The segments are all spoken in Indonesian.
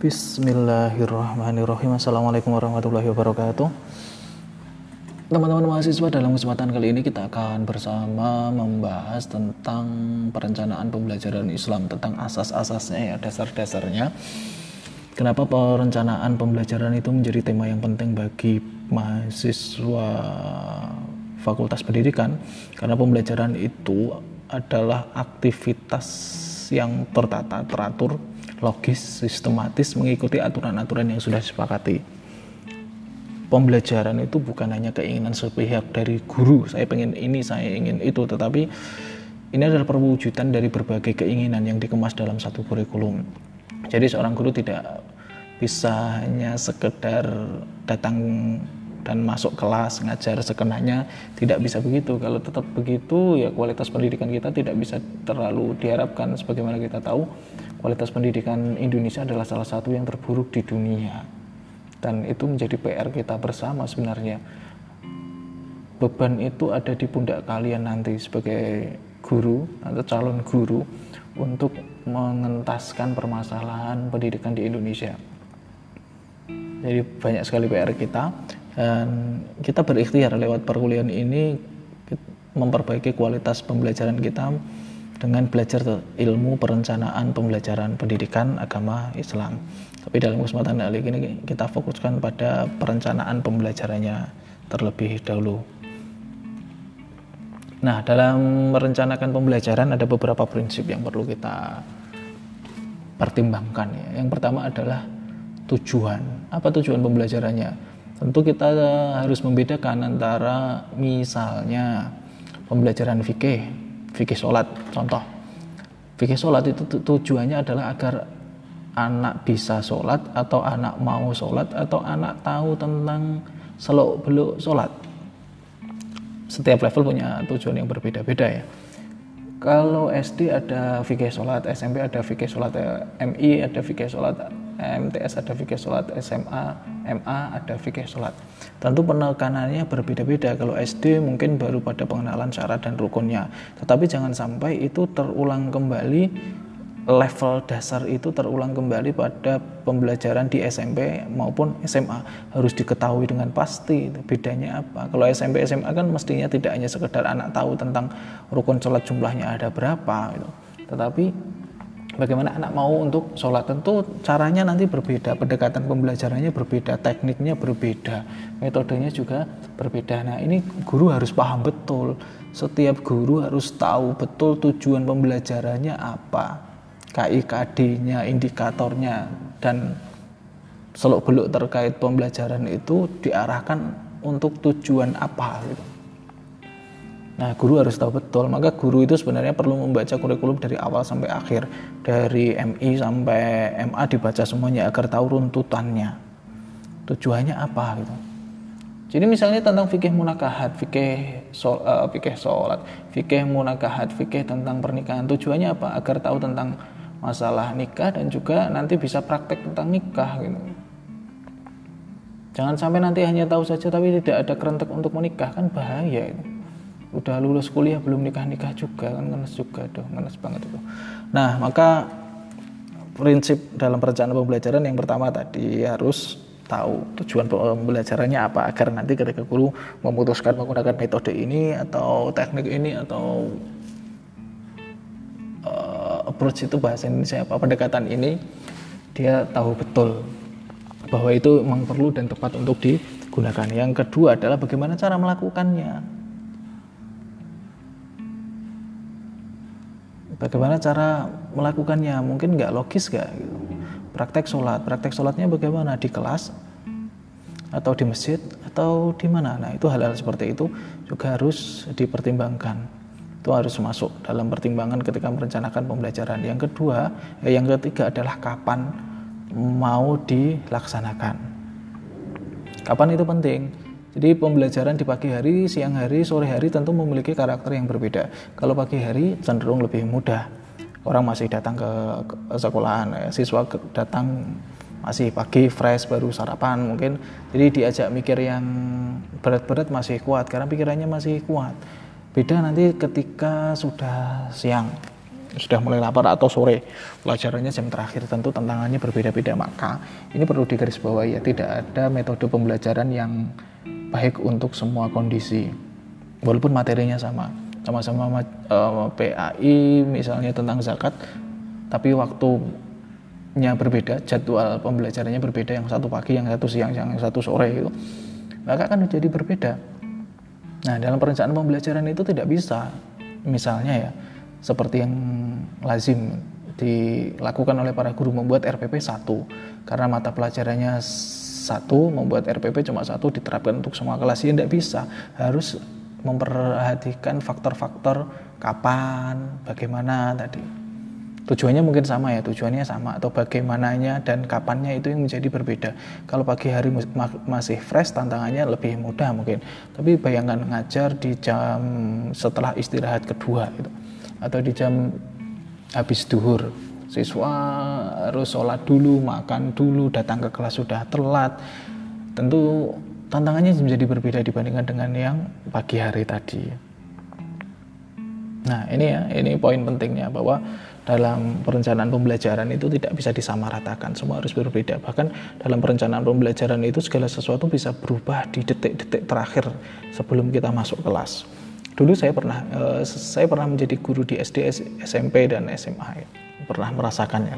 Bismillahirrahmanirrahim. Assalamualaikum warahmatullahi wabarakatuh. Teman-teman mahasiswa, dalam kesempatan kali ini kita akan bersama membahas tentang perencanaan pembelajaran Islam, tentang asas-asasnya ya, dasar-dasarnya. Kenapa perencanaan pembelajaran itu menjadi tema yang penting bagi mahasiswa Fakultas Pendidikan? Karena pembelajaran itu adalah aktivitas yang tertata, teratur, logis, sistematis, mengikuti aturan-aturan yang sudah disepakati. Pembelajaran itu bukan hanya keinginan sepihak dari guru, saya pengen ini, saya ingin itu, tetapi ini adalah perwujudan dari berbagai keinginan yang dikemas dalam satu kurikulum. Jadi seorang guru tidak bisa hanya sekedar datang dan masuk kelas ngajar sekenanya, tidak bisa begitu. Kalau tetap begitu ya kualitas pendidikan kita tidak bisa terlalu diharapkan. Sebagaimana kita tahu, kualitas pendidikan Indonesia adalah salah satu yang terburuk di dunia, dan itu menjadi PR kita bersama sebenarnya. Beban itu ada di pundak kalian nanti sebagai guru atau calon guru untuk mengentaskan permasalahan pendidikan di Indonesia. Jadi banyak sekali PR kita, dan kita berikhtiar lewat perkuliahan ini memperbaiki kualitas pembelajaran kita dengan belajar ilmu perencanaan pembelajaran pendidikan agama Islam. Tapi dalam kesempatan kali ini kita fokuskan pada perencanaan pembelajarannya terlebih dahulu. Nah, dalam merencanakan pembelajaran ada beberapa prinsip yang perlu kita pertimbangkan ya. Yang pertama adalah tujuan. Apa tujuan pembelajarannya? Tentu kita harus membedakan antara misalnya pembelajaran fikih sholat. Contoh, fikih sholat itu tujuannya adalah agar anak bisa sholat, atau anak mau sholat, atau anak tahu tentang seluk-beluk sholat. Setiap level punya tujuan yang berbeda-beda ya. Kalau SD ada fikih sholat, SMP ada fikih sholat, MI ada fikih sholat, MTS ada fikih sholat, SMA, MA ada fikih sholat. Tentu penekanannya berbeda-beda. Kalau SD mungkin baru pada pengenalan syarat dan rukunnya, tetapi jangan sampai itu terulang kembali, level dasar itu terulang kembali pada pembelajaran di SMP maupun SMA. Harus diketahui dengan pasti bedanya apa. Kalau SMP SMA kan mestinya tidak hanya sekedar anak tahu tentang rukun sholat jumlahnya ada berapa gitu. Tetapi bagaimana anak mau untuk sholat, tentu caranya nanti berbeda, pendekatan pembelajarannya berbeda, tekniknya berbeda, metodenya juga berbeda. Nah, ini guru harus paham betul, setiap guru harus tahu betul tujuan pembelajarannya apa, KIKD-nya, indikatornya, dan seluk-beluk terkait pembelajaran itu diarahkan untuk tujuan apa gitu. Nah, guru harus tahu betul. Maka guru itu sebenarnya perlu membaca kurikulum dari awal sampai akhir, dari MI sampai MA dibaca semuanya agar tahu runtutannya, tujuannya apa gitu. Jadi misalnya tentang fikih munakahat, fikih sholat, fikih munakahat, fikih tentang pernikahan, tujuannya apa? Agar tahu tentang masalah nikah dan juga nanti bisa praktek tentang nikah gitu. Jangan sampai nanti hanya tahu saja tapi tidak ada kerentek untuk menikah, kan bahaya itu. Udah lulus kuliah belum nikah juga kan, ngenes juga tuh, ngenes banget itu. Nah, maka prinsip dalam perencanaan pembelajaran yang pertama tadi harus tahu tujuan pembelajarannya apa, agar nanti ketika guru memutuskan menggunakan metode ini atau teknik ini atau approach itu bahasa Indonesia apa, pendekatan ini, dia tahu betul bahwa itu memang perlu dan tepat untuk digunakan. Yang kedua adalah bagaimana cara melakukannya. Bagaimana cara melakukannya? Mungkin nggak logis nggak gitu. Praktek sholatnya bagaimana, di kelas atau di masjid atau di mana? Nah, itu hal-hal seperti itu juga harus dipertimbangkan. Itu harus masuk dalam pertimbangan ketika merencanakan pembelajaran. Yang ketiga adalah kapan mau dilaksanakan. Kapan itu penting. Jadi pembelajaran di pagi hari, siang hari, sore hari tentu memiliki karakter yang berbeda. Kalau pagi hari cenderung lebih mudah. Orang masih datang ke sekolahan, siswa datang masih pagi, fresh, baru sarapan mungkin. Jadi diajak mikir yang berat-berat masih kuat, karena pikirannya masih kuat. Beda nanti ketika sudah siang. sudah mulai lapar atau sore pelajarannya jam terakhir, tentu tantangannya berbeda-beda. Maka ini perlu digarisbawahi ya, tidak ada metode pembelajaran yang baik untuk semua kondisi walaupun materinya sama-sama PAI misalnya tentang zakat, tapi waktunya berbeda, jadwal pembelajarannya berbeda, yang satu pagi, yang satu siang, yang satu sore itu, maka akan menjadi berbeda. Nah, dalam perencanaan pembelajaran itu tidak bisa misalnya ya seperti yang lazim dilakukan oleh para guru, membuat RPP 1 karena mata pelajarannya 1, membuat RPP cuma 1 diterapkan untuk semua kelas. Ya tidak bisa, harus memperhatikan faktor-faktor kapan, bagaimana tadi. Tujuannya mungkin sama ya, tujuannya sama, atau bagaimananya dan kapannya itu yang menjadi berbeda. Kalau pagi hari masih fresh, tantangannya lebih mudah mungkin. Tapi bayangkan ngajar di jam setelah istirahat kedua gitu, atau di jam habis duhur, siswa harus sholat dulu, makan dulu, datang ke kelas sudah telat, tentu tantangannya menjadi berbeda dibandingkan dengan yang pagi hari tadi. Nah ini poin pentingnya, bahwa dalam perencanaan pembelajaran itu tidak bisa disamaratakan, semua harus berbeda. Bahkan dalam perencanaan pembelajaran itu segala sesuatu bisa berubah di detik-detik terakhir sebelum kita masuk kelas. Dulu saya pernah menjadi guru di SD, SMP dan SMA, pernah merasakannya.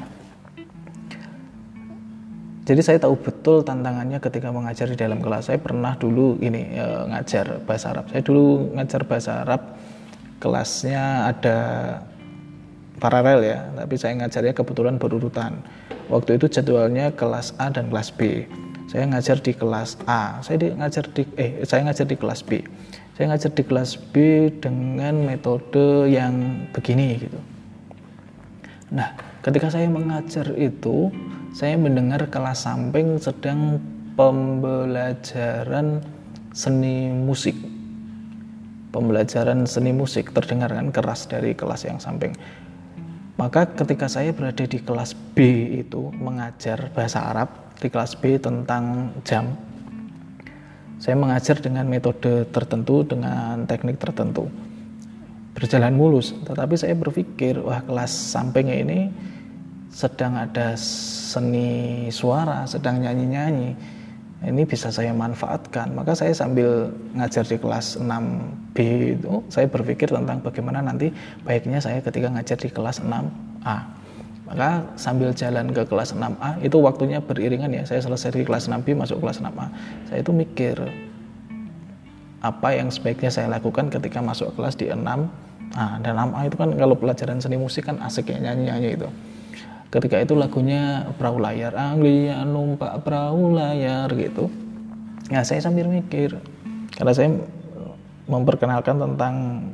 Jadi saya tahu betul tantangannya ketika mengajar di dalam kelas. Saya pernah dulu ngajar bahasa Arab. Saya dulu ngajar bahasa Arab, kelasnya ada paralel ya, tapi saya ngajarnya kebetulan berurutan. Waktu itu jadwalnya kelas A dan kelas B. Saya ngajar di kelas A. Saya ngajar di kelas B. Saya ngajar di kelas B dengan metode yang begini gitu. Nah, ketika saya mengajar itu, saya mendengar kelas samping sedang pembelajaran seni musik. Pembelajaran seni musik terdengar kan keras dari kelas yang samping. Maka ketika saya berada di kelas B itu mengajar bahasa Arab di kelas B tentang jam, saya mengajar dengan metode tertentu, dengan teknik tertentu, berjalan mulus. Tetapi saya berpikir, wah, kelas samping ini sedang ada seni suara, sedang nyanyi-nyanyi, ini bisa saya manfaatkan. Maka saya sambil ngajar di kelas 6B itu, saya berpikir tentang bagaimana nanti baiknya saya ketika ngajar di kelas 6A. Maka sambil jalan ke kelas 6A, itu waktunya beriringan ya, saya selesai di kelas 6B masuk kelas 6A. Saya itu mikir apa yang sebaiknya saya lakukan ketika masuk kelas di 6A. Dan 6A itu kan kalau pelajaran seni musik kan asik ya, nyanyi-nyanyi itu. Ketika itu lagunya perahu layar, Anglia numpak perahu layar gitu. Nah, saya sambil mikir, karena saya memperkenalkan tentang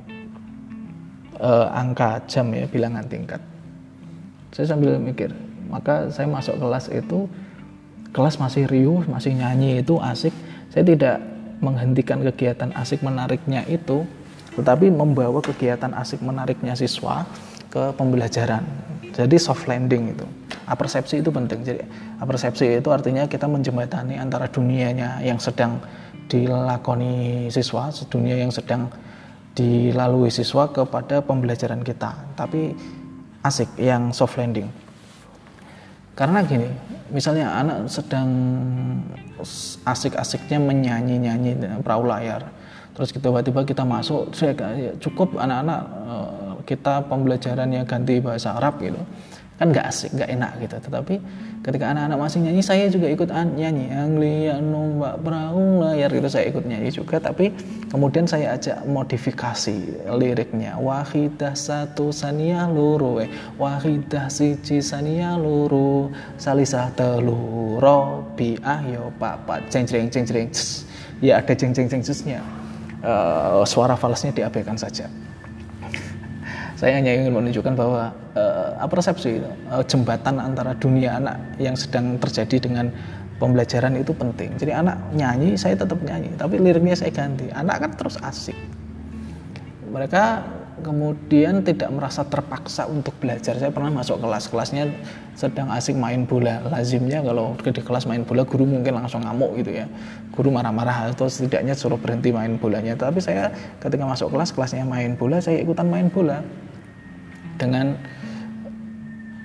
angka jam ya, bilangan tingkat. Saya sambil mikir, maka saya masuk kelas itu, kelas masih riuh, masih nyanyi, itu asik. Saya tidak menghentikan kegiatan asik menariknya itu, tetapi membawa kegiatan asik menariknya siswa ke pembelajaran. Jadi soft landing itu, apersepsi itu penting. Jadi apersepsi itu artinya kita menjembatani antara dunianya yang sedang dilakoni siswa, dunia yang sedang dilalui siswa kepada pembelajaran kita, tapi asik, yang soft landing. Karena gini, misalnya anak sedang asik-asiknya menyanyi-nyanyi perahu layar, terus tiba-tiba kita masuk, cukup anak-anak kita pembelajarannya ganti bahasa Arab gitu, kan nggak asik, nggak enak gitu. Tetapi ketika anak-anak masih nyanyi, saya juga ikut nyanyi, Anglia numpak perahu layar gitu, saya ikut nyanyi juga. Tapi kemudian saya ajak modifikasi liriknya, wahidah satu sania loro, wahidah siji sania loro, salisah telu robiah yo papat, ceng ceng ceng ceng, ya ada ceng ceng ceng nya. Suara falasnya diabaikan saja. Saya hanya ingin menunjukkan bahwa persepsi jembatan antara dunia anak yang sedang terjadi dengan pembelajaran itu penting. Jadi anak nyanyi, saya tetap nyanyi, tapi liriknya saya ganti. Anak kan terus asik. Mereka kemudian tidak merasa terpaksa untuk belajar. Saya pernah masuk kelasnya sedang asik main bola. Lazimnya kalau di kelas main bola, guru mungkin langsung ngamuk gitu ya. Guru marah-marah atau setidaknya suruh berhenti main bolanya. Tapi saya ketika masuk kelasnya main bola, saya ikutan main bola dengan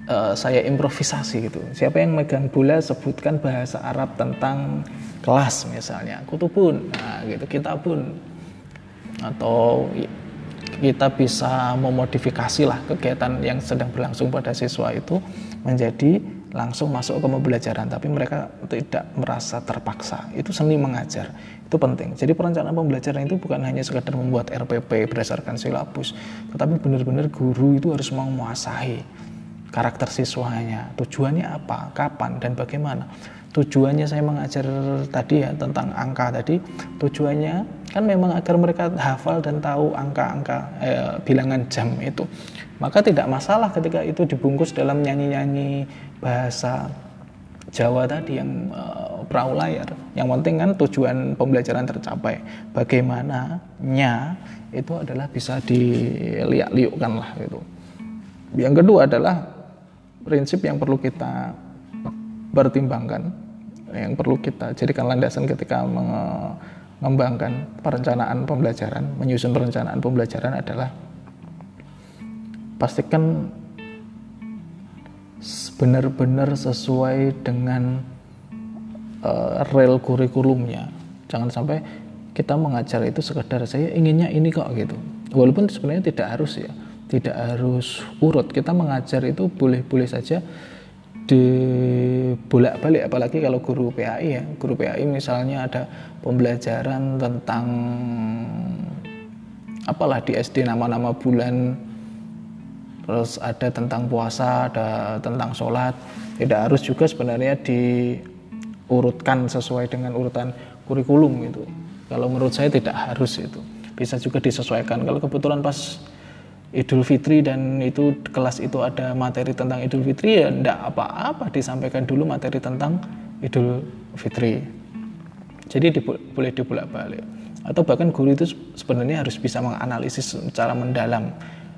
saya improvisasi gitu. Siapa yang megang bola sebutkan bahasa Arab tentang kelas misalnya, kutubun, nah gitu, kitabun. Atau kita bisa memodifikasi lah kegiatan yang sedang berlangsung pada siswa itu menjadi langsung masuk ke pembelajaran, tapi mereka tidak merasa terpaksa. Itu seni mengajar, itu penting. Jadi perencanaan pembelajaran itu bukan hanya sekedar membuat RPP berdasarkan silabus, tetapi benar-benar guru itu harus menguasai karakter siswanya, tujuannya apa, kapan, dan bagaimana. Tujuannya saya mengajar tadi ya tentang angka tadi, tujuannya kan memang agar mereka hafal dan tahu angka-angka bilangan jam itu. Maka tidak masalah ketika itu dibungkus dalam nyanyi-nyanyi bahasa Jawa tadi yang perahu layar. Yang penting kan tujuan pembelajaran tercapai. Bagaimananya itu adalah bisa diliak-liukkan lah gitu. Yang kedua adalah prinsip yang perlu kita pertimbangkan, yang perlu kita jadikan landasan ketika mengembangkan perencanaan pembelajaran, menyusun perencanaan pembelajaran adalah pastikan benar-benar sesuai dengan rel kurikulumnya. Jangan sampai kita mengajar itu sekedar saya inginnya ini kok gitu. Walaupun sebenarnya tidak harus ya, tidak harus urut. Kita mengajar itu boleh-boleh saja dibolak-balik, apalagi kalau guru PAI ya. Guru PAI misalnya ada pembelajaran tentang apalah di SD, nama-nama bulan, terus ada tentang puasa, ada tentang sholat. Tidak harus juga sebenarnya diurutkan sesuai dengan urutan kurikulum gitu. Kalau menurut saya tidak harus itu. Bisa juga disesuaikan. Kalau kebetulan pas Idul Fitri dan itu kelas itu ada materi tentang Idul Fitri, ya enggak apa-apa disampaikan dulu materi tentang Idul Fitri. Jadi boleh dibolak-balik. Atau bahkan guru itu sebenarnya harus bisa menganalisis secara mendalam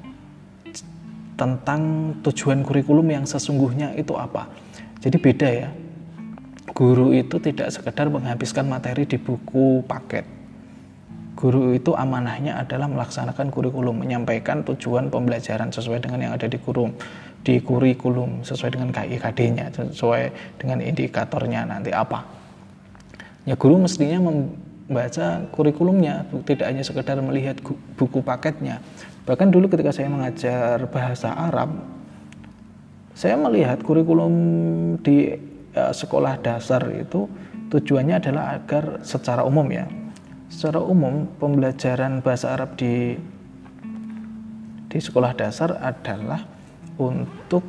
tentang tujuan kurikulum yang sesungguhnya itu apa. Jadi beda ya. Guru itu tidak sekedar menghabiskan materi di buku paket. Guru itu amanahnya adalah melaksanakan kurikulum, menyampaikan tujuan pembelajaran sesuai dengan yang ada di kurikulum, sesuai dengan KIKD-nya, sesuai dengan indikatornya nanti apa. Ya guru mestinya membaca kurikulumnya, tidak hanya sekedar melihat buku paketnya. Bahkan dulu ketika saya mengajar bahasa Arab, saya melihat kurikulum di sekolah dasar itu tujuannya adalah agar secara umum ya, secara umum pembelajaran bahasa Arab di sekolah dasar adalah untuk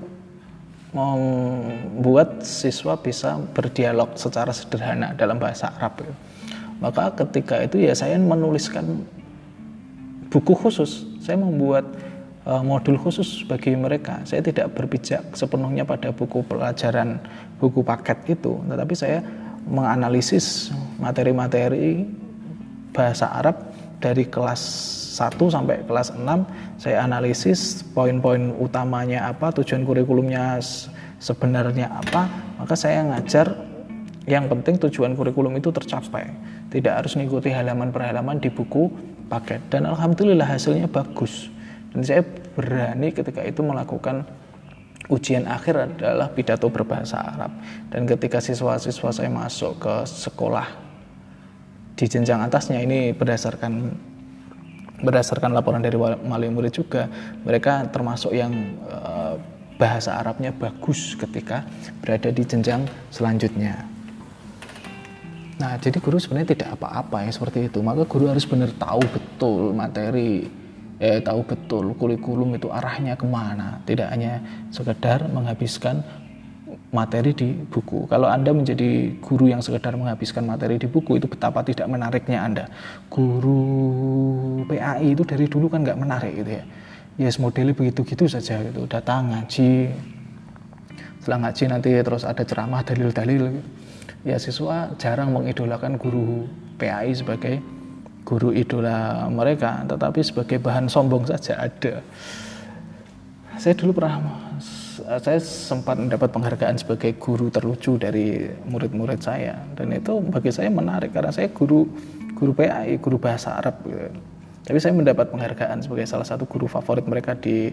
membuat siswa bisa berdialog secara sederhana dalam bahasa Arab. Maka ketika itu ya saya menuliskan buku khusus, saya membuat modul khusus bagi mereka. Saya tidak berpijak sepenuhnya pada buku pelajaran, buku paket itu, tetapi saya menganalisis materi-materi bahasa Arab dari kelas 1 sampai kelas 6. Saya analisis poin-poin utamanya apa, tujuan kurikulumnya sebenarnya apa, maka saya ngajar yang penting tujuan kurikulum itu tercapai. Tidak harus mengikuti halaman per halaman di buku paket. Dan alhamdulillah hasilnya bagus. Dan saya berani ketika itu melakukan ujian akhir adalah pidato berbahasa Arab. Dan ketika siswa-siswa saya masuk ke sekolah di jenjang atasnya, ini berdasarkan laporan dari wali murid juga, mereka termasuk yang bahasa Arabnya bagus ketika berada di jenjang selanjutnya. Nah, jadi guru sebenarnya tidak apa-apa ya seperti itu. Maka guru harus benar tahu betul materi, tahu betul kurikulum itu arahnya kemana. Tidak hanya sekedar menghabiskan materi di buku. Kalau Anda menjadi guru yang sekedar menghabiskan materi di buku, itu betapa tidak menariknya Anda. Guru PAI itu dari dulu kan nggak menarik gitu ya. Yes, modelnya begitu-gitu saja gitu. Datang ngaji, setelah ngaji nanti terus ada ceramah dalil-dalil. Ya siswa jarang mengidolakan guru PAI sebagai guru idola mereka, tetapi sebagai bahan sombong saja ada. Saya dulu saya sempat mendapat penghargaan sebagai guru terlucu dari murid-murid saya, dan itu bagi saya menarik karena saya guru PAI, guru bahasa Arab gitu. Tapi saya mendapat penghargaan sebagai salah satu guru favorit mereka di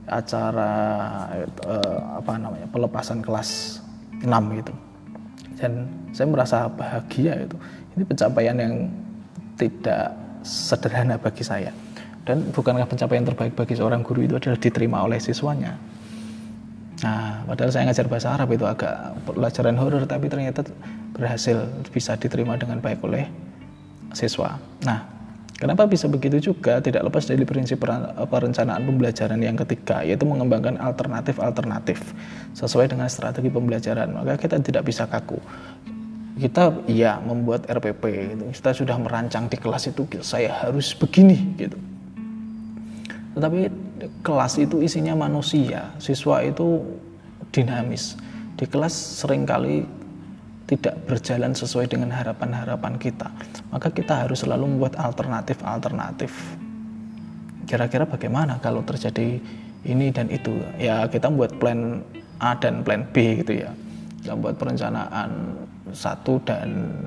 acara pelepasan kelas 6 gitu. Dan saya merasa bahagia itu. Ini pencapaian yang tidak sederhana bagi saya. Dan bukankah pencapaian terbaik bagi seorang guru itu adalah diterima oleh siswanya? Nah, padahal saya ngajar bahasa Arab itu agak pelajaran horor, tapi ternyata berhasil bisa diterima dengan baik oleh siswa. Nah, kenapa bisa begitu juga tidak lepas dari prinsip perencanaan pembelajaran yang ketiga, yaitu mengembangkan alternatif sesuai dengan strategi pembelajaran. Maka kita tidak bisa kaku. Kita membuat RPP gitu. Kita sudah merancang di kelas itu saya harus begini gitu. Tetapi kelas itu isinya manusia, siswa itu dinamis. Di kelas seringkali tidak berjalan sesuai dengan harapan-harapan kita. Maka kita harus selalu membuat alternatif. Kira-kira bagaimana kalau terjadi ini dan itu? Ya kita buat plan A dan plan B gitu ya. Kita buat perencanaan 1 dan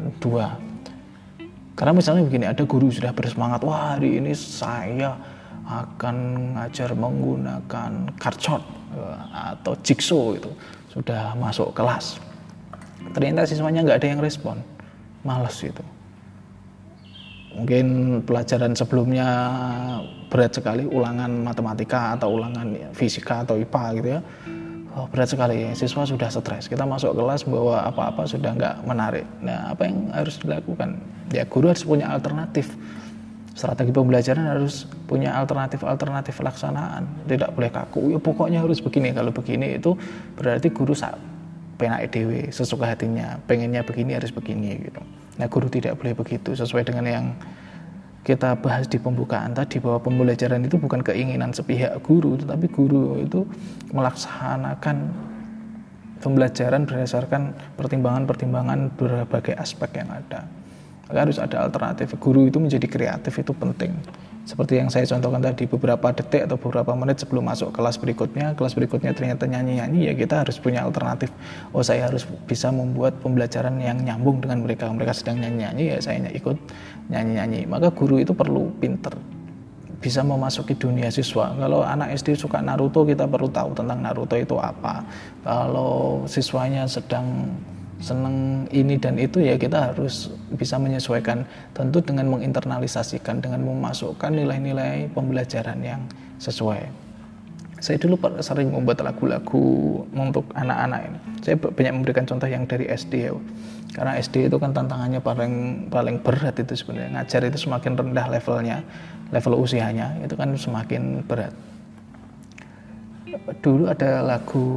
2. Karena misalnya begini, ada guru sudah bersemangat, wah hari ini saya akan ngajar menggunakan card chart atau jigsaw itu, sudah masuk kelas. Ternyata siswanya nggak ada yang respon, malas itu. Mungkin pelajaran sebelumnya berat sekali, ulangan matematika atau ulangan fisika atau IPA gitu ya. Berat sekali, siswa sudah stres. Kita masuk kelas bawa apa-apa sudah nggak menarik. Nah, apa yang harus dilakukan? Ya guru harus punya alternatif. Strategi pembelajaran harus punya alternatif pelaksanaan. Tidak boleh kaku. Ya pokoknya harus begini. Kalau begini itu berarti guru penak dewe, sesuka hatinya. Pengennya begini harus begini gitu. Nah, guru tidak boleh begitu. Sesuai dengan yang kita bahas di pembukaan tadi, bahwa pembelajaran itu bukan keinginan sepihak guru, tetapi guru itu melaksanakan pembelajaran berdasarkan pertimbangan-pertimbangan berbagai aspek yang ada. Maka harus ada alternatif. Guru itu menjadi kreatif itu penting. Seperti yang saya contohkan tadi, beberapa detik atau beberapa menit sebelum masuk kelas berikutnya ternyata nyanyi-nyanyi, ya kita harus punya alternatif. Oh, saya harus bisa membuat pembelajaran yang nyambung dengan mereka. Mereka sedang nyanyi-nyanyi, ya saya ikut nyanyi-nyanyi. Maka guru itu perlu pinter, bisa memasuki dunia siswa. Kalau anak SD suka Naruto, kita perlu tahu tentang Naruto itu apa. Kalau siswanya sedang senang ini dan itu, ya kita harus bisa menyesuaikan, tentu dengan menginternalisasikan, dengan memasukkan nilai-nilai pembelajaran yang sesuai. Saya dulu sering membuat lagu-lagu untuk anak-anak ini. Saya banyak memberikan contoh yang dari SD ya. Karena SD itu kan tantangannya paling berat itu sebenarnya. Ngajar itu semakin rendah level usianya, itu kan semakin berat. Dulu ada lagu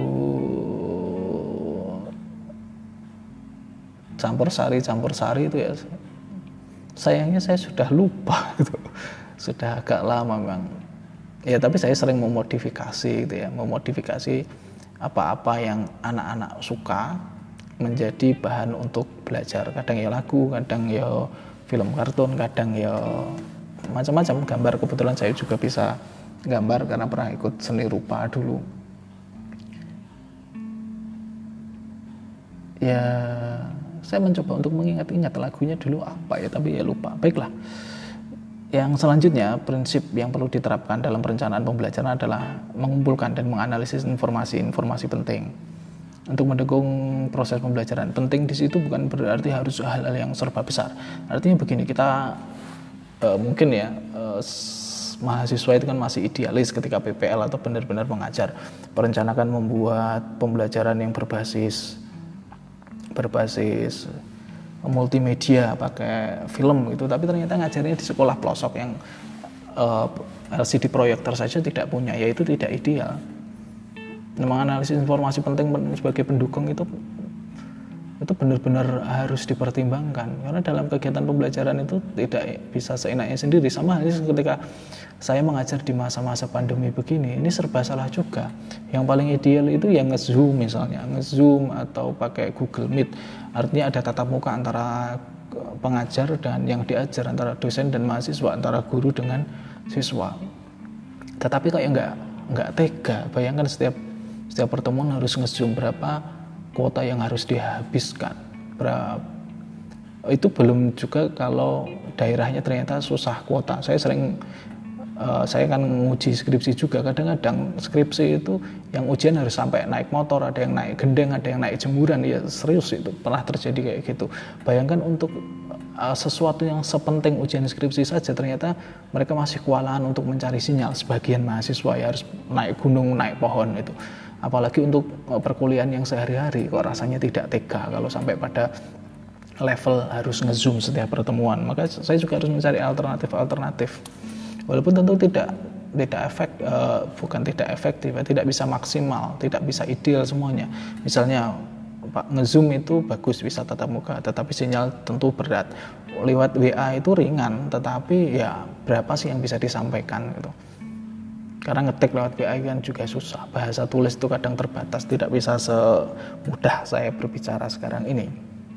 campur sari itu ya, sayangnya saya sudah lupa gitu. Sudah agak lama memang ya, tapi saya sering memodifikasi gitu ya, memodifikasi apa-apa yang anak-anak suka menjadi bahan untuk belajar. Kadang ya lagu, kadang ya film kartun, kadang ya macam-macam gambar. Kebetulan saya juga bisa gambar karena pernah ikut seni rupa dulu. Ya saya mencoba untuk mengingat-ingat lagunya dulu apa ya, tapi ya lupa. Baiklah. Yang selanjutnya, prinsip yang perlu diterapkan dalam perencanaan pembelajaran adalah mengumpulkan dan menganalisis informasi penting untuk mendukung proses pembelajaran. Penting di situ bukan berarti harus hal-hal yang serba besar. Artinya begini, kita mungkin ya mahasiswa itu kan masih idealis ketika PPL atau benar-benar mengajar. Perencanakan membuat pembelajaran yang berbasis multimedia, pakai film gitu, tapi ternyata ngajarnya di sekolah pelosok yang LCD proyektor saja tidak punya, yaitu tidak ideal. Menganalisis informasi penting sebagai pendukung itu benar-benar harus dipertimbangkan, karena dalam kegiatan pembelajaran itu tidak bisa seenaknya sendiri. Sama halnya ketika saya mengajar di masa-masa pandemi begini, ini serba salah juga. Yang paling ideal itu yang nge-zoom misalnya, nge-zoom atau pakai Google Meet. Artinya ada tatap muka antara pengajar dan yang diajar, antara dosen dan mahasiswa, antara guru dengan siswa. Tetapi kayak nggak tega, bayangkan setiap pertemuan harus nge-zoom, berapa kuota yang harus dihabiskan, itu belum juga kalau daerahnya ternyata susah kuota. Saya sering saya kan nguji skripsi juga, kadang-kadang skripsi itu yang ujian harus sampai naik motor, ada yang naik gendeng, ada yang naik jemuran, ya serius itu pernah terjadi kayak gitu. Bayangkan untuk sesuatu yang sepenting ujian skripsi saja ternyata mereka masih kewalahan untuk mencari sinyal. Sebagian mahasiswa ya harus naik gunung, naik pohon itu. Apalagi untuk perkuliahan yang sehari-hari, kok rasanya tidak tega kalau sampai pada level harus nge-zoom setiap pertemuan. Maka saya juga harus mencari alternatif. Walaupun tentu tidak efektif, tidak bisa maksimal, tidak bisa ideal semuanya. Misalnya Pak nge-zoom itu bagus, bisa tatap muka, tetapi sinyal tentu berat. Lewat WA itu ringan, tetapi ya berapa sih yang bisa disampaikan gitu. Karena ngetik lewat WA kan juga susah. Bahasa tulis itu kadang terbatas, tidak bisa semudah saya berbicara sekarang ini.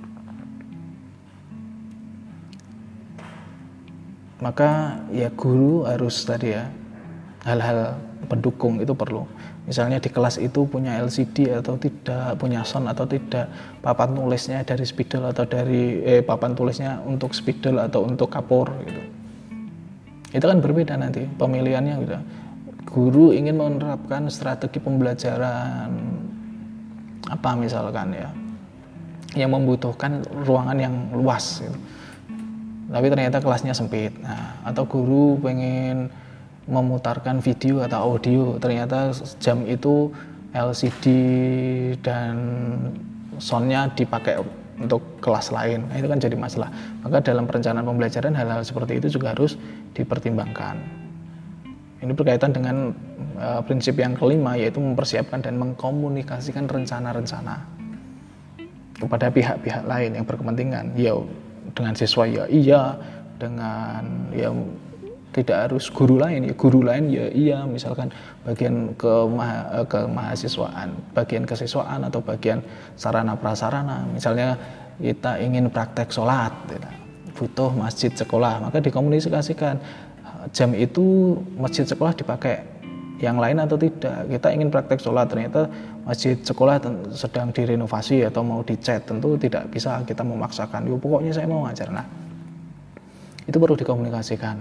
Maka ya guru harus tadi ya, hal-hal pendukung itu perlu. Misalnya di kelas itu punya LCD atau tidak, punya sound atau tidak, papan tulisnya dari spidol atau dari papan tulisnya untuk spidol atau untuk kapur gitu. Itu kan berbeda nanti pemilihannya gitu. Guru ingin menerapkan strategi pembelajaran apa misalkan ya, yang membutuhkan ruangan yang luas gitu. Tapi ternyata kelasnya sempit. Nah, atau guru pengen memutarkan video atau audio, ternyata jam itu LCD dan soundnya dipakai untuk kelas lain. Nah, itu kan jadi masalah. Maka dalam perencanaan pembelajaran hal-hal seperti itu juga harus dipertimbangkan. Ini berkaitan dengan prinsip yang kelima, yaitu mempersiapkan dan mengkomunikasikan rencana-rencana kepada pihak-pihak lain yang berkepentingan. Dengan siswa ya iya, dengan ya tidak harus guru lain ya iya, misalkan bagian ke mahasiswaan, bagian kesiswaan atau bagian sarana prasarana. Misalnya kita ingin praktek sholat, butuh masjid sekolah, maka dikomunikasikan jam itu masjid sekolah dipakai yang lain atau tidak. Kita ingin praktek sholat, ternyata masjid sekolah sedang direnovasi atau mau dicat, tentu tidak bisa kita memaksakan. Pokoknya saya mau ngajar. Nah, itu perlu dikomunikasikan.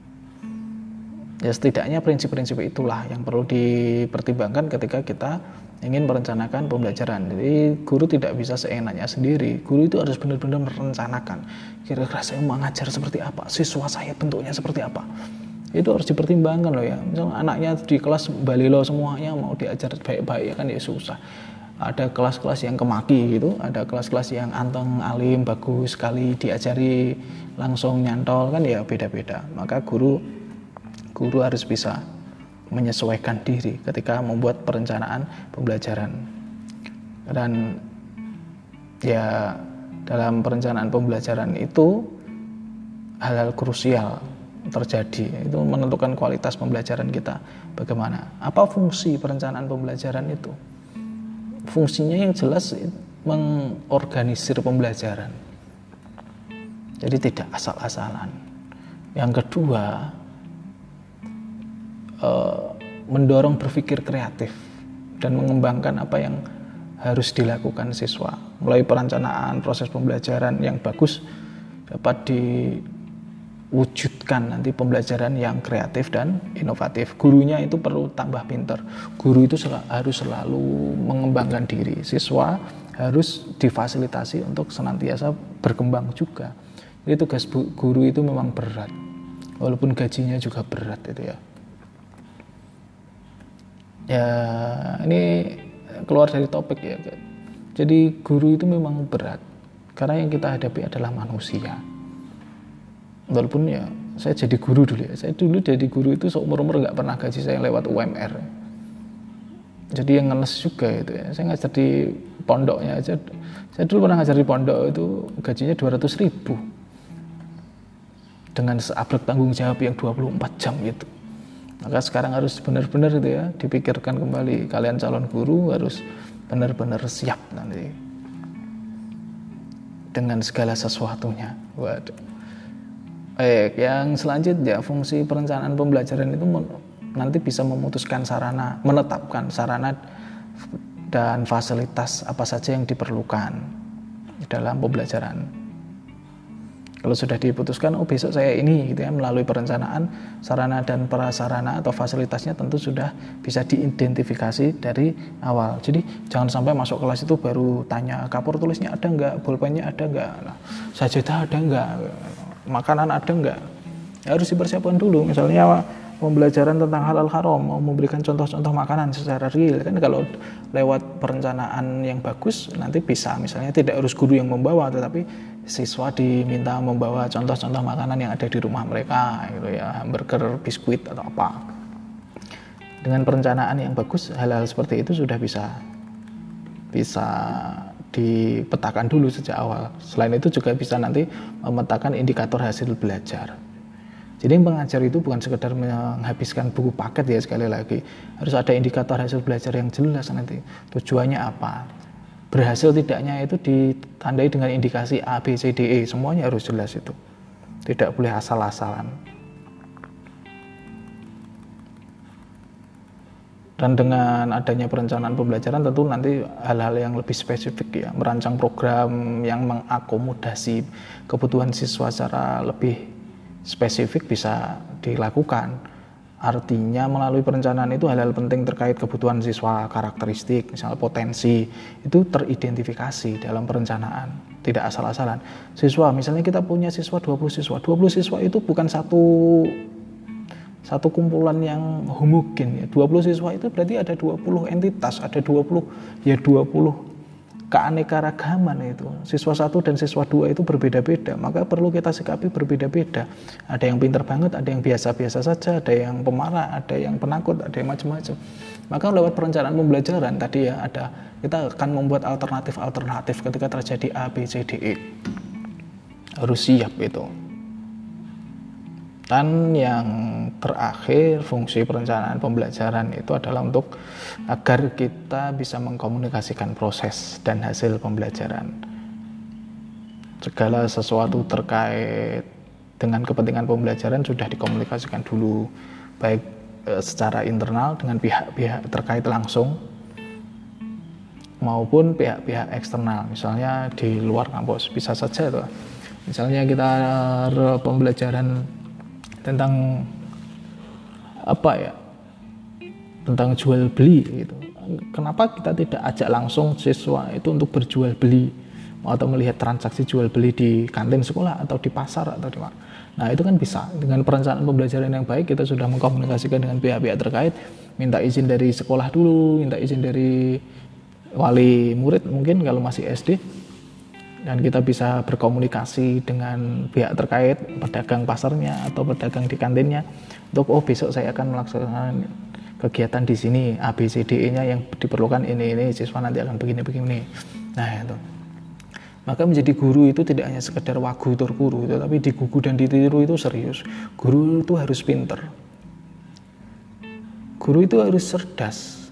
Ya setidaknya prinsip-prinsip itulah yang perlu dipertimbangkan ketika kita ingin merencanakan pembelajaran. Jadi guru tidak bisa seenaknya sendiri. Guru itu harus benar-benar merencanakan. Kira-kira saya mau ngajar seperti apa? Siswa saya bentuknya seperti apa? Itu harus dipertimbangkan loh ya. Misalnya anaknya di kelas balelo semuanya mau diajar baik-baik ya kan ya susah. Ada kelas-kelas yang kemaki gitu, ada kelas-kelas yang anteng, alim, bagus sekali diajari langsung nyantol kan ya beda-beda. Maka guru harus bisa menyesuaikan diri ketika membuat perencanaan pembelajaran. Dan ya dalam perencanaan pembelajaran itu hal-hal krusial terjadi, itu menentukan kualitas pembelajaran kita bagaimana. Apa fungsi perencanaan pembelajaran itu? Fungsinya yang jelas mengorganisir pembelajaran, jadi tidak asal-asalan. Yang kedua, mendorong berpikir kreatif dan mengembangkan apa yang harus dilakukan siswa. Mulai perencanaan proses pembelajaran yang bagus dapat wujudkan nanti pembelajaran yang kreatif dan inovatif. Gurunya itu perlu tambah pintar. Guru itu harus selalu mengembangkan diri. Siswa harus difasilitasi untuk senantiasa berkembang juga. Jadi tugas guru itu memang berat. Walaupun gajinya juga berat itu ya. Ya, ini keluar dari topik ya. Jadi guru itu memang berat. Karena yang kita hadapi adalah manusia. Walaupun ya saya jadi guru dulu ya, saya dulu jadi guru itu seumur-umur nggak pernah gaji saya lewat UMR, jadi yang ngenes juga itu ya. Saya ngajar di pondoknya aja, saya dulu pernah ngajar di pondok itu gajinya 200.000 dengan seabrek tanggung jawab yang 24 jam itu. Maka sekarang harus benar-benar itu ya dipikirkan kembali, kalian calon guru harus benar-benar siap nanti dengan segala sesuatunya. Waduh. Yang selanjutnya, fungsi perencanaan pembelajaran itu nanti bisa memutuskan sarana, menetapkan sarana dan fasilitas apa saja yang diperlukan dalam pembelajaran. Kalau sudah diputuskan, oh besok saya ini gitu ya, melalui perencanaan sarana dan prasarana atau fasilitasnya tentu sudah bisa diidentifikasi dari awal. Jadi jangan sampai masuk kelas itu baru tanya kapur tulisnya ada nggak, bolpennya ada nggak, sajadah ada nggak, makanan ada nggak. Harus dipersiapkan dulu. Misalnya pembelajaran tentang halal haram, mau memberikan contoh-contoh makanan secara real kan, kalau lewat perencanaan yang bagus nanti bisa, misalnya tidak harus guru yang membawa, tetapi siswa diminta membawa contoh-contoh makanan yang ada di rumah mereka gitu ya, hamburger, biskuit atau apa. Dengan perencanaan yang bagus, hal-hal seperti itu sudah bisa dipetakan dulu sejak awal. Selain itu juga bisa nanti memetakan indikator hasil belajar. Jadi pengajar itu bukan sekedar menghabiskan buku paket ya, sekali lagi harus ada indikator hasil belajar yang jelas nanti. Tujuannya apa? Berhasil tidaknya itu ditandai dengan indikasi A, B, C, D, E. Semuanya harus jelas itu. Tidak boleh asal-asalan. Dan dengan adanya perencanaan pembelajaran tentu nanti hal-hal yang lebih spesifik ya, merancang program yang mengakomodasi kebutuhan siswa secara lebih spesifik bisa dilakukan. Artinya melalui perencanaan itu hal-hal penting terkait kebutuhan siswa, karakteristik, misalnya potensi, itu teridentifikasi dalam perencanaan, tidak asal-asalan. Siswa, misalnya kita punya siswa 20 siswa. 20 siswa itu bukan satu kumpulan yang homogen ya. 20 siswa itu berarti ada 20 entitas, ada 20 keanekaragaman itu. Siswa 1 dan siswa 2 itu berbeda-beda, maka perlu kita sikapi berbeda-beda. Ada yang pintar banget, ada yang biasa-biasa saja, ada yang pemarah, ada yang penakut, ada yang macam-macam. Maka lewat perencanaan pembelajaran tadi ya, kita akan membuat alternatif-alternatif ketika terjadi A, B, C, D, E. Harus siap itu. Dan yang terakhir, fungsi perencanaan pembelajaran itu adalah untuk agar kita bisa mengkomunikasikan proses dan hasil pembelajaran. Segala sesuatu terkait dengan kepentingan pembelajaran sudah dikomunikasikan dulu, baik secara internal dengan pihak-pihak terkait langsung maupun pihak-pihak eksternal, misalnya di luar kampus. Bisa saja tuh, misalnya kita pembelajaran tentang tentang jual beli gitu. Kenapa kita tidak ajak langsung siswa itu untuk berjual beli atau melihat transaksi jual beli di kantin sekolah atau di pasar atau di mana? Nah, itu kan bisa. Dengan perencanaan pembelajaran yang baik, kita sudah mengkomunikasikan dengan pihak-pihak terkait, minta izin dari sekolah dulu, minta izin dari wali murid mungkin kalau masih SD, dan kita bisa berkomunikasi dengan pihak terkait, pedagang pasarnya atau pedagang di kantinnya, untuk besok saya akan melaksanakan kegiatan di sini, A, B, C, D, E-nya yang diperlukan ini, siswa nanti akan begini. Nah itu. Maka menjadi guru itu tidak hanya sekedar wagu tur guru, tetapi digugu dan ditiru itu serius. Guru itu harus pinter. Guru itu harus cerdas.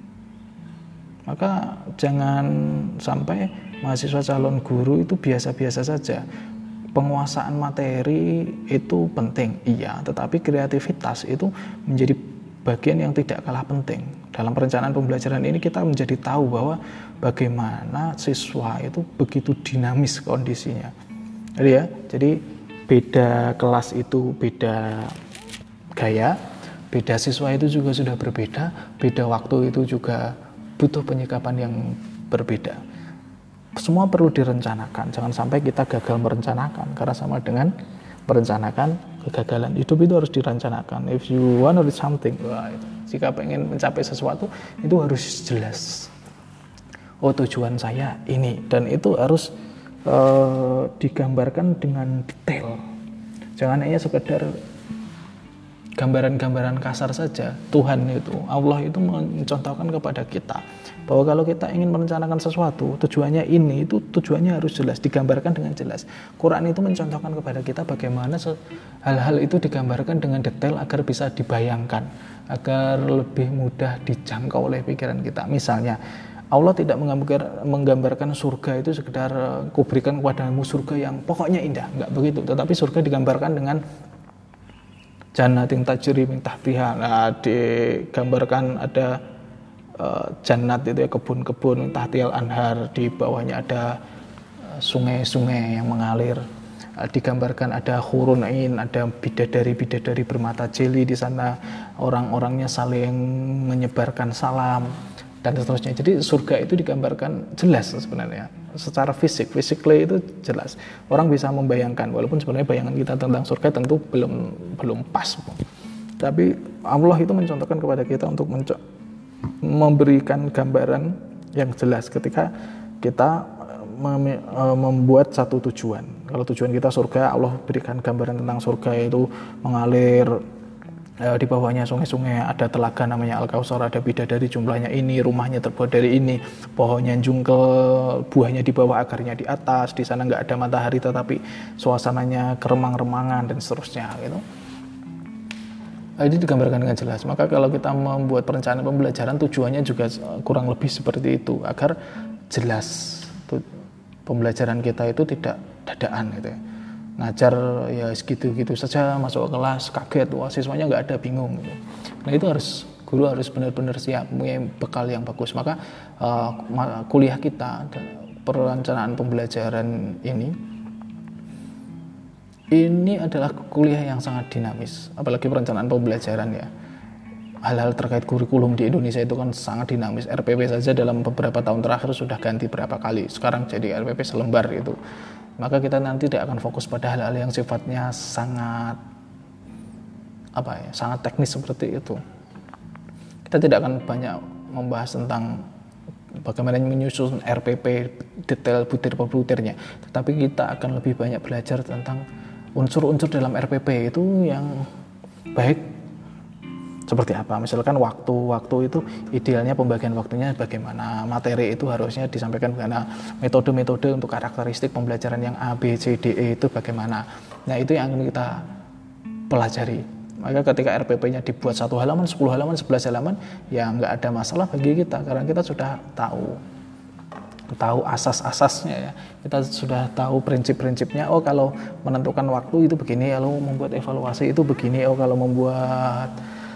Maka jangan sampai mahasiswa calon guru itu biasa-biasa saja. Penguasaan materi itu penting, iya, tetapi kreativitas itu menjadi bagian yang tidak kalah penting. Dalam perencanaan pembelajaran ini kita menjadi tahu bahwa bagaimana siswa itu begitu dinamis kondisinya. Jadi beda kelas itu beda gaya, beda siswa itu juga sudah berbeda, beda waktu itu juga butuh penyikapan yang berbeda. Semua perlu direncanakan, jangan sampai kita gagal merencanakan, karena sama dengan merencanakan kegagalan. Hidup itu harus direncanakan. If you want to do something, jika pengen mencapai sesuatu, itu harus jelas. Oh, tujuan saya ini, dan itu harus digambarkan dengan detail. Jangan hanya sekedar gambaran-gambaran kasar saja. Tuhan itu, Allah itu mencontohkan kepada kita bahwa kalau kita ingin merencanakan sesuatu, tujuannya ini, itu tujuannya harus jelas, digambarkan dengan jelas. Quran itu mencontohkan kepada kita bagaimana hal-hal itu digambarkan dengan detail agar bisa dibayangkan, agar lebih mudah dijangkau oleh pikiran kita. Misalnya, Allah tidak menggambarkan surga itu sekedar kuberikan kepadamu surga yang pokoknya indah, enggak begitu. Tetapi surga digambarkan dengan jannatin tajri min tahtiha. Nah, digambarkan ada jannat itu ya, kebun-kebun tahtiyal anhar, di bawahnya ada sungai-sungai yang mengalir. digambarkan ada hurun ain, ada bidadari bermata jeli di sana, orang-orangnya saling menyebarkan salam dan seterusnya. Jadi surga itu digambarkan jelas sebenarnya secara physically itu jelas. Orang bisa membayangkan, walaupun sebenarnya bayangan kita tentang surga tentu belum pas. Tapi Allah itu mencontohkan kepada kita untuk memberikan gambaran yang jelas ketika kita membuat satu tujuan. Kalau tujuan kita surga, Allah berikan gambaran tentang surga itu mengalir di bawahnya sungai-sungai, ada telaga namanya Al-Kautsar, ada bidadari jumlahnya ini, rumahnya terbuat dari ini, pohonnya jungkel, buahnya di bawah, akarnya di atas, di sana nggak ada matahari tetapi suasananya keremang-remangan dan seterusnya gitu. Ini digambarkan dengan jelas. Maka kalau kita membuat perencanaan pembelajaran, tujuannya juga kurang lebih seperti itu, agar jelas pembelajaran kita itu tidak dadaan gitu ya. Ngajar ya segitu-gitu saja, masuk ke kelas kaget, wah siswanya nggak ada, bingung gitu. Nah itu guru harus benar-benar siap, punya bekal yang bagus. Maka kuliah kita, perencanaan pembelajaran ini adalah kuliah yang sangat dinamis, apalagi perencanaan pembelajaran ya. Hal-hal terkait kurikulum di Indonesia itu kan sangat dinamis. RPP saja dalam beberapa tahun terakhir sudah ganti berapa kali, sekarang jadi RPP selembar gitu. Maka kita nanti tidak akan fokus pada hal-hal yang sifatnya sangat teknis seperti itu. Kita tidak akan banyak membahas tentang bagaimana menyusun RPP detail butir per butirnya, tetapi kita akan lebih banyak belajar tentang unsur-unsur dalam RPP itu yang baik seperti apa. Misalkan waktu itu idealnya pembagian waktunya bagaimana, materi itu harusnya disampaikan bagaimana, metode-metode untuk karakteristik pembelajaran yang A, B, C, D, E itu bagaimana. Nah itu yang akan kita pelajari. Maka ketika RPP-nya dibuat 1 halaman, 10 halaman, 11 halaman, ya nggak ada masalah bagi kita, karena kita sudah tahu asas-asasnya ya. Kita sudah tahu prinsip-prinsipnya. Oh kalau menentukan waktu itu begini, kalau membuat evaluasi itu begini, oh kalau membuat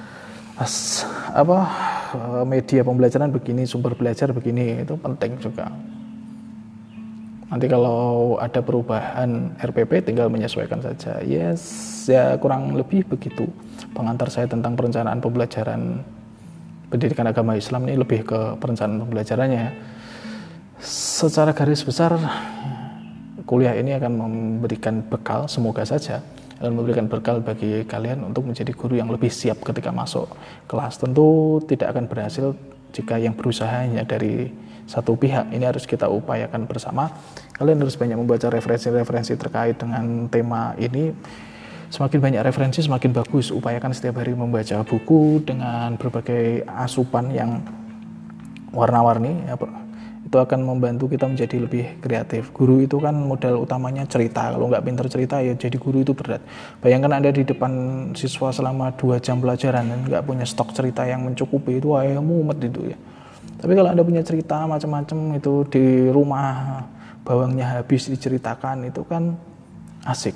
media pembelajaran begini, sumber belajar begini, itu penting juga. Nanti kalau ada perubahan RPP tinggal menyesuaikan saja. Ya kurang lebih begitu pengantar saya tentang perencanaan pembelajaran pendidikan agama Islam ini, lebih ke perencanaan pembelajarannya. Secara garis besar kuliah ini akan memberikan bekal, semoga saja dan memberikan bekal bagi kalian untuk menjadi guru yang lebih siap ketika masuk kelas. Tentu tidak akan berhasil jika yang berusaha hanya dari satu pihak. Ini harus kita upayakan bersama. Kalian harus banyak membaca referensi-referensi terkait dengan tema ini. Semakin banyak referensi semakin bagus. Upayakan setiap hari membaca buku dengan berbagai asupan yang warna-warni ya, itu akan membantu kita menjadi lebih kreatif. Guru itu kan modal utamanya cerita. Kalau nggak pintar cerita ya jadi guru itu berat. Bayangkan Anda di depan siswa selama 2 jam pelajaran dan nggak punya stok cerita yang mencukupi, itu ya mumet itu ya. Tapi kalau Anda punya cerita macam-macam itu di rumah, bawangnya habis diceritakan, itu kan asik.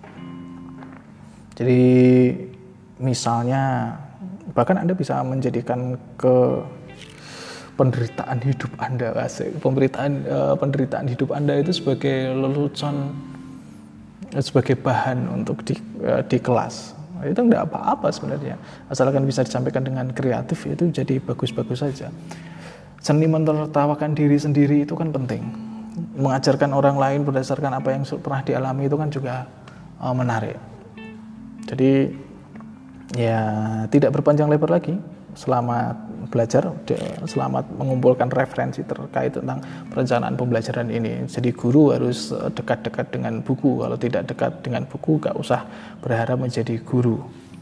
Jadi misalnya bahkan Anda bisa menjadikan penderitaan hidup Anda, penderitaan hidup Anda itu sebagai lelucon, sebagai bahan untuk di kelas. Itu enggak apa-apa sebenarnya, asalkan bisa disampaikan dengan kreatif, itu jadi bagus-bagus saja. Seni menertawakan diri sendiri itu kan penting. Mengajarkan orang lain berdasarkan apa yang pernah dialami itu kan juga menarik. Jadi ya tidak berpanjang lebar lagi. Selamat belajar, selamat mengumpulkan referensi terkait tentang perencanaan pembelajaran ini. Jadi guru harus dekat-dekat dengan buku. Kalau tidak dekat dengan buku, gak usah berharap menjadi guru.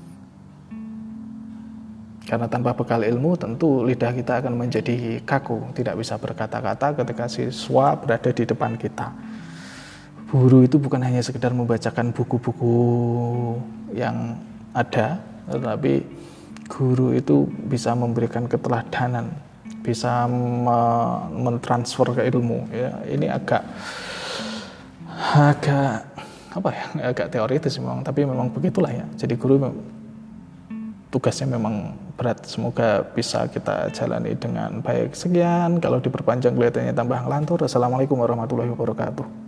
Karena tanpa bekal ilmu, tentu lidah kita akan menjadi kaku, tidak bisa berkata-kata ketika siswa berada di depan kita. Guru itu bukan hanya sekedar membacakan buku-buku yang ada, tetapi guru itu bisa memberikan keteladanan, bisa mentransfer ke ilmu. Ya, ini agak teoritis memang, tapi memang begitulah ya. Jadi guru tugasnya memang berat. Semoga bisa kita jalani dengan baik. Sekian, kalau diperpanjang kelihatannya tambah ngelantur. Assalamualaikum warahmatullahi wabarakatuh.